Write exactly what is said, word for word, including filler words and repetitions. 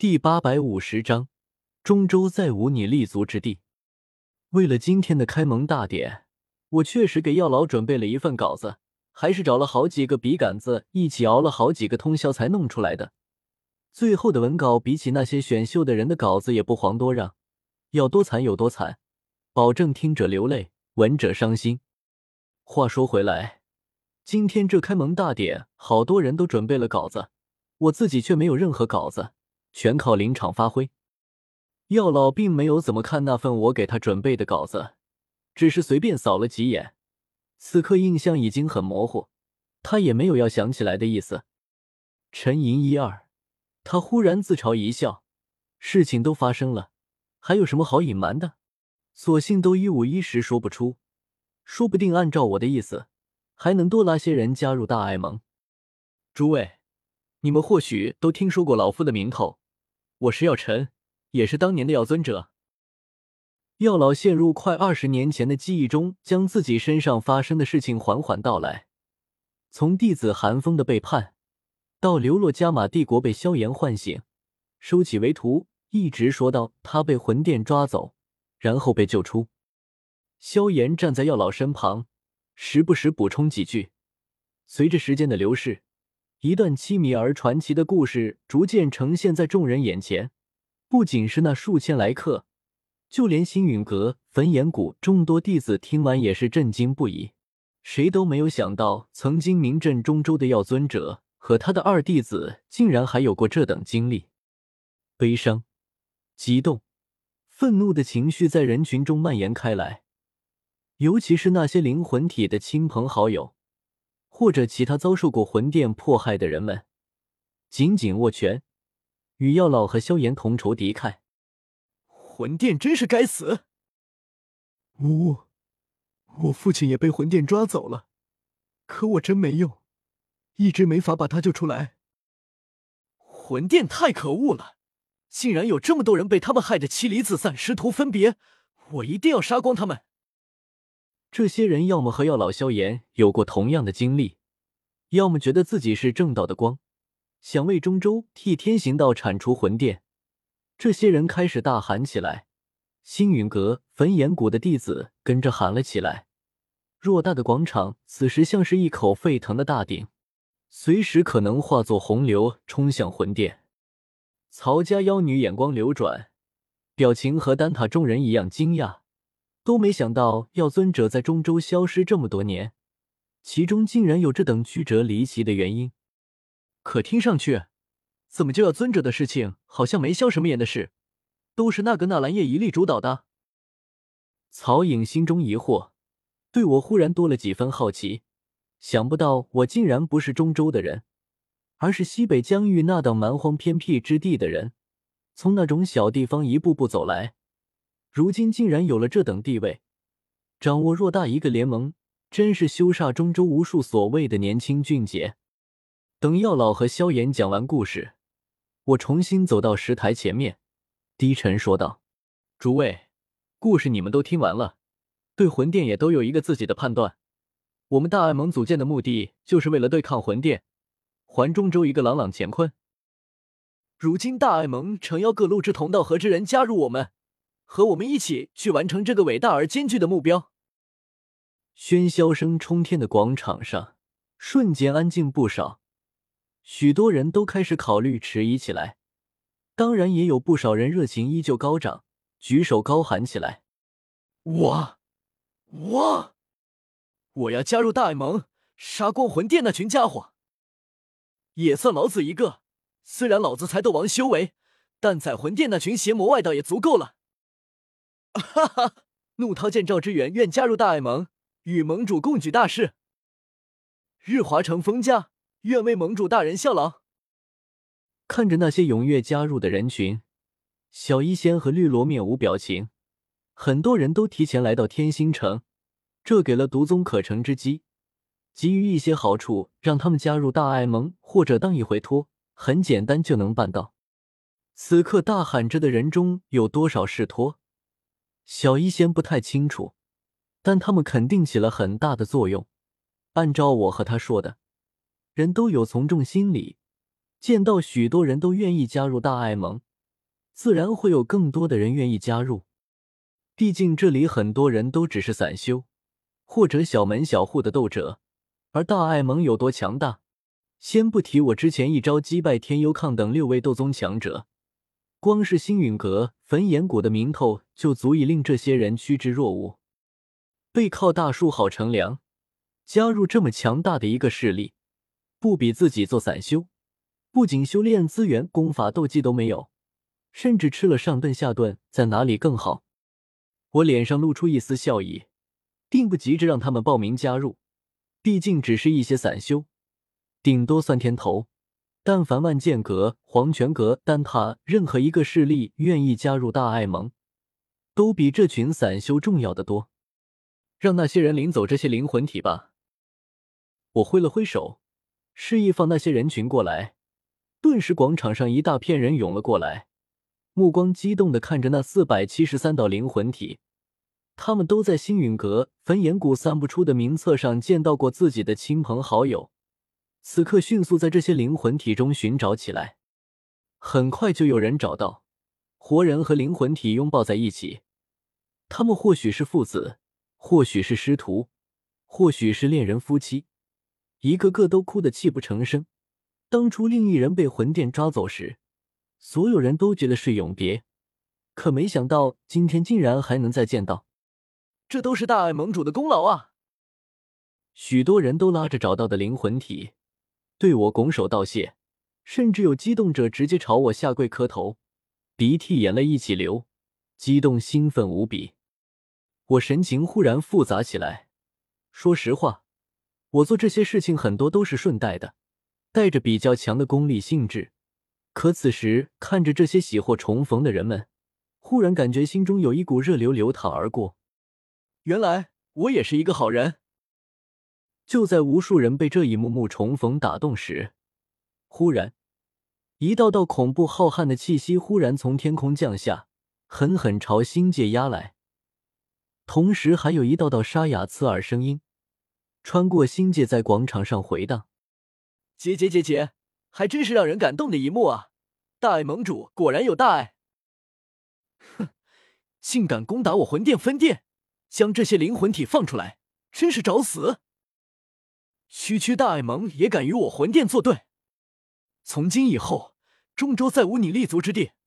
第八百五十章，中州再无你立足之地。为了今天的开蒙大典，我确实给药老准备了一份稿子，还是找了好几个笔杆子，一起熬了好几个通宵才弄出来的。最后的文稿比起那些选秀的人的稿子也不遑多让，要多惨有多惨，保证听者流泪，闻者伤心。话说回来，今天这开蒙大典，好多人都准备了稿子，我自己却没有任何稿子，全靠临场发挥。药老并没有怎么看那份我给他准备的稿子，只是随便扫了几眼，此刻印象已经很模糊，他也没有要想起来的意思。沉吟一二，他忽然自嘲一笑，事情都发生了，还有什么好隐瞒的？索性都一五一十说不出，说不定按照我的意思，还能多拉些人加入大爱盟。诸位，你们或许都听说过老夫的名头，我是药尘，也是当年的药尊者。药老陷入快二十年前的记忆中，将自己身上发生的事情缓缓道来，从弟子韩风的背叛，到流落加玛帝国被萧炎唤醒，收起为徒，一直说到他被魂殿抓走，然后被救出。萧炎站在药老身旁，时不时补充几句。随着时间的流逝，一段凄迷而传奇的故事逐渐呈现在众人眼前。不仅是那数千来客，就连星陨阁、焚炎谷众多弟子听完也是震惊不已。谁都没有想到，曾经名震中州的药尊者和他的二弟子竟然还有过这等经历。悲伤、激动、愤怒的情绪在人群中蔓延开来，尤其是那些灵魂体的亲朋好友，或者其他遭受过魂殿迫害的人们，紧紧握拳，与药老和萧炎同仇敌忾。 魂殿真是该死！呜，我父亲也被魂殿抓走了，可我真没用，一直没法把他救出来。魂殿太可恶了，竟然有这么多人被他们害得妻离子散、师徒分别，我一定要杀光他们！ 这些人要么和药老萧炎有过同样的经历，要么觉得自己是正道的光，想为中州替天行道铲除魂殿。这些人开始大喊起来，星陨阁、焚炎谷的弟子跟着喊了起来。偌大的广场此时像是一口沸腾的大鼎，随时可能化作洪流冲向魂殿。曹家妖女眼光流转，表情和丹塔众人一样惊讶，都没想到药尊者在中州消失这么多年，其中竟然有这等曲折离奇的原因。 可听上去，怎么就要尊者的事情好像没消什么炎的事，都是那个纳兰叶一力主导的？ 曹颖心中疑惑，对我忽然多了几分好奇，想不到我竟然不是中州的人，而是西北疆域那等蛮荒偏僻之地的人，从那种小地方一步步走来，如今竟然有了这等地位，掌握偌大一个联盟，真是羞煞中州无数所谓的年轻俊杰。等药老和萧炎讲完故事，我重新走到石台前面，低沉说道：诸位，故事你们都听完了，对魂殿也都有一个自己的判断。我们大爱盟组建的目的就是为了对抗魂殿，还中州一个朗朗乾坤。 如今大爱盟诚邀各路志同道合之人加入我们，和我们一起去完成这个伟大而艰巨的目标。 喧嚣声冲天的广场上瞬间安静不少，许多人都开始考虑迟疑起来，当然也有不少人热情依旧高涨，举手高喊起来： 我我我要加入大爱盟，杀光魂殿那群家伙！也算老子一个，虽然老子才斗王修为，但在魂殿那群邪魔外道也足够了。哈哈，怒涛见赵之远愿加入大爱盟，与盟主共举大事。日华城封家愿为盟主大人效劳。 看着那些踊跃加入的人群，小医仙和绿萝面无表情。很多人都提前来到天星城，这给了毒宗可乘之机，给予一些好处，让他们加入大爱盟或者当一回托，很简单就能办到。此刻大喊着的人中有多少是托，小医仙不太清楚，但他们肯定起了很大的作用。按照我和他说的，人都有从众心理，见到许多人都愿意加入大爱盟， 自然会有更多的人愿意加入。毕竟这里很多人都只是散修，或者小门小户的斗者，而大爱盟有多强大，先不提我之前一招击败天幽抗等六位斗宗强者，光是星陨阁、焚炎谷的名头就足以令这些人趋之若鹜。背靠大树好乘凉，加入这么强大的一个势力，不比自己做散修，不仅修炼资源、功法、斗技都没有，甚至吃了上顿下顿，在哪里更好？我脸上露出一丝笑意，并不急着让他们报名加入，毕竟只是一些散修，顶多算天头。但凡万剑阁、黄泉阁、丹塔任何一个势力愿意加入大爱盟，都比这群散修重要的多。让那些人领走这些灵魂体吧。我挥了挥手，示意放那些人群过来。顿时广场上一大片人涌了过来，目光激动地看着那四百七十三道灵魂体。他们都在星陨阁、焚炎谷散不出的名册上见到过自己的亲朋好友，此刻迅速在这些灵魂体中寻找起来。很快就有人找到，活人和灵魂体拥抱在一起。他们或许是父子，或许是师徒，或许是恋人夫妻，一个个都哭得泣不成声。当初另一人被魂殿抓走时，所有人都觉得是永别，可没想到今天竟然还能再见到。 这都是大爱盟主的功劳啊！ 许多人都拉着找到的灵魂体，对我拱手道谢，甚至有激动者直接朝我下跪磕头，鼻涕眼泪一起流，激动兴奋无比。我神情忽然复杂起来。说实话，我做这些事情很多都是顺带的，带着比较强的功利性质。可此时看着这些喜获重逢的人们，忽然感觉心中有一股热流流淌而过。 原来我也是一个好人。 就在无数人被这一幕幕重逢打动时，忽然一道道恐怖浩瀚的气息忽然从天空降下，狠狠朝星界压来。同时还有一道道沙哑刺耳声音穿过星界在广场上回荡。 节节节节，还真是让人感动的一幕啊！大爱盟主果然有大爱。哼，竟敢攻打我魂殿分殿，将这些灵魂体放出来，真是找死！区区大爱盟也敢与我魂殿作对？从今以后，中州再无你立足之地。